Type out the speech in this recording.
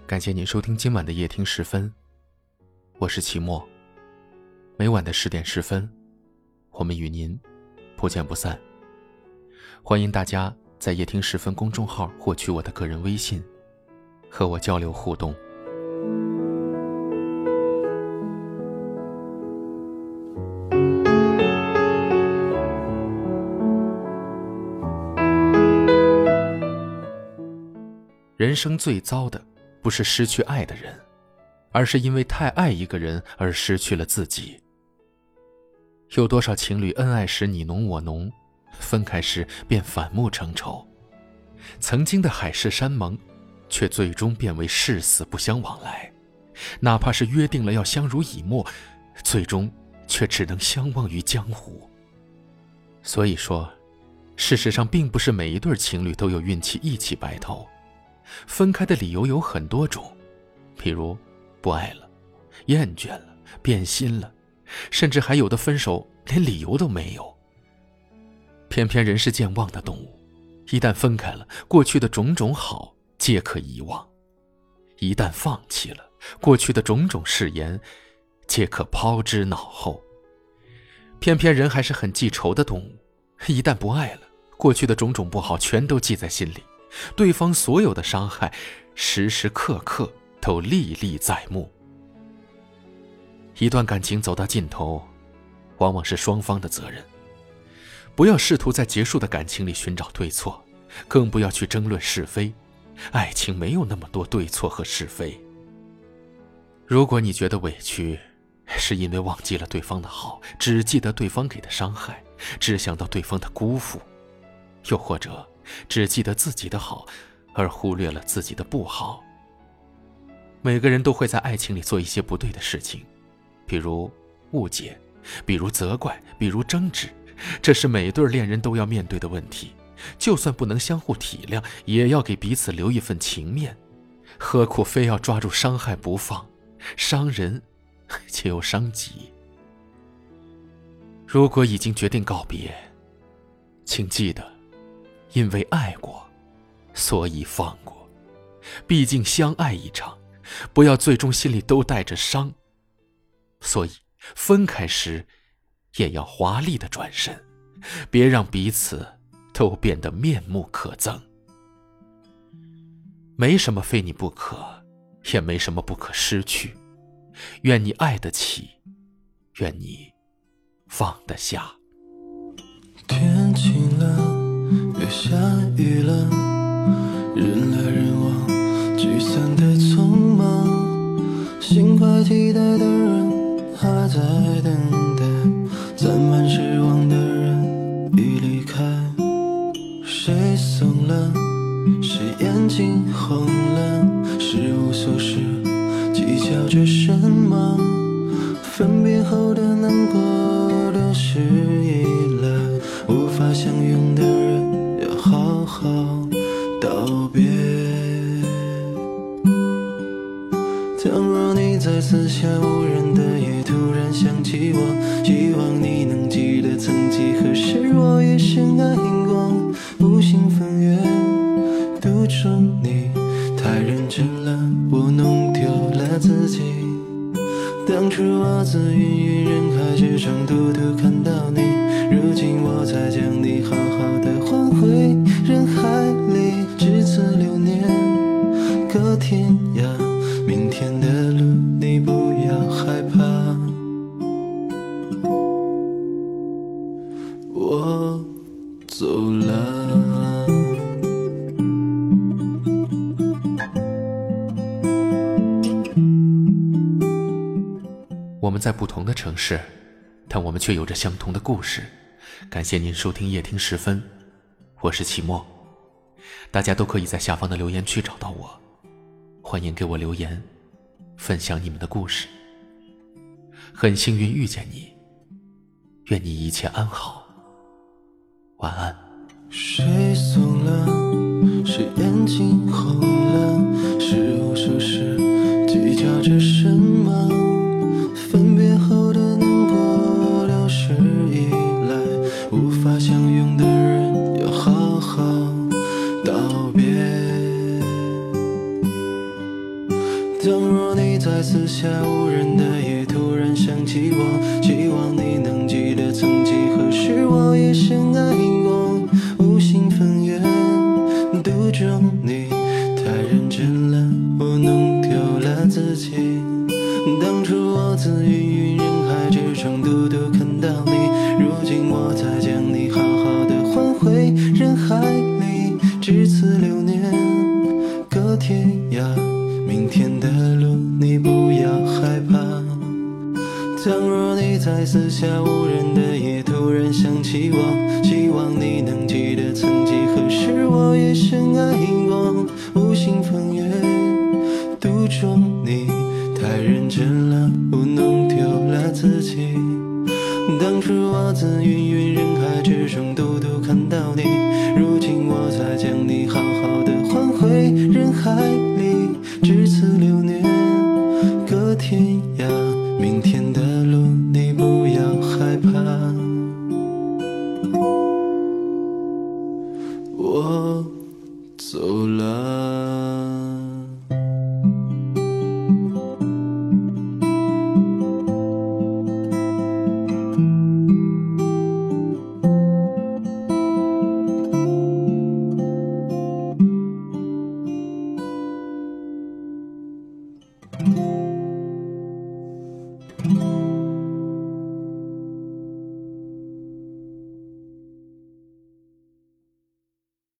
感谢您收听今晚的夜听10分，我是齐墨。每晚的10点10分，我们与您不见不散。欢迎大家在夜听10分公众号获取我的个人微信，和我交流互动。人生最糟的不是失去爱的人，而是因为太爱一个人而失去了自己。有多少情侣恩爱时你侬我侬，分开时便反目成仇，曾经的海誓山盟却最终变为誓死不相往来，哪怕是约定了要相濡以沫，最终却只能相忘于江湖。所以说，事实上并不是每一对情侣都有运气一起白头，分开的理由有很多种，比如不爱了、厌倦了、变心了，甚至还有的分手连理由都没有。偏偏人是健忘的动物，一旦分开了，过去的种种好皆可遗忘；一旦放弃了，过去的种种誓言皆可抛之脑后。偏偏人还是很记仇的动物，一旦不爱了，过去的种种不好全都记在心里，对方所有的伤害时时刻刻都历历在目。一段感情走到尽头，往往是双方的责任。不要试图在结束的感情里寻找对错，更不要去争论是非，爱情没有那么多对错和是非。如果你觉得委屈，是因为忘记了对方的好，只记得对方给的伤害，只想到对方的辜负，又或者只记得自己的好，而忽略了自己的不好。每个人都会在爱情里做一些不对的事情，比如误解，比如责怪，比如争执，这是每对恋人都要面对的问题。就算不能相互体谅，也要给彼此留一份情面，何苦非要抓住伤害不放，伤人且又伤己。如果已经决定告别，请记得，因为爱过，所以放过。毕竟相爱一场，不要最终心里都带着伤。所以分开时也要华丽的转身，别让彼此都变得面目可憎。没什么非你不可，也没什么不可失去。愿你爱得起，愿你放得下。 天晴了，又下雨了，人来人往，聚散的匆忙，心怀期待的人还在等待，攒满失望的人已离开。谁怂了，谁眼睛红了，是无所事，计较着什么？分别后的难过流逝以来，无法相拥的人要好好道别。倘若你在四下无人的夜突然想起我，希望你能记得曾几何时我也深爱过，无心分远，独钟你太认真了，我弄丢了自己。当初我自芸芸人海之中独独看到你，如今我才将你好好的还回人海里。只此流年隔天涯，明天的路你不要害怕，我走了。 我们在不同的城市，但我们却有着相同的故事。感谢您收听夜听10分，我是齐墨。大家都可以在下方的留言区找到我，欢迎给我留言，分享你们的故事。很幸运遇见你，愿你一切安好，晚安。 谁怂了，谁眼睛红了，是无所事，计较着什么？分别后的难过流逝以来，无法相拥的人要好好道别。 倘若你在四下无人的夜突然想起我，希望你能记得曾几何时我也深爱过，无心分远独钟你太认真了，我弄丢了自己。当初我自芸芸人海之中独独看到你，如今我才将你好好的还回人海里，只此流年隔天涯，明天的路你不要害怕。倘若你在四下无人的夜突然想起我，希望你能记得曾几何时我也深爱过，无心风月独钟你太认真了，我弄丢了自己。当初我自芸芸人海之中独独看到你，如今我才将你好好的还回人海里，只此流年隔天涯，明天的路你不要害怕。我走了。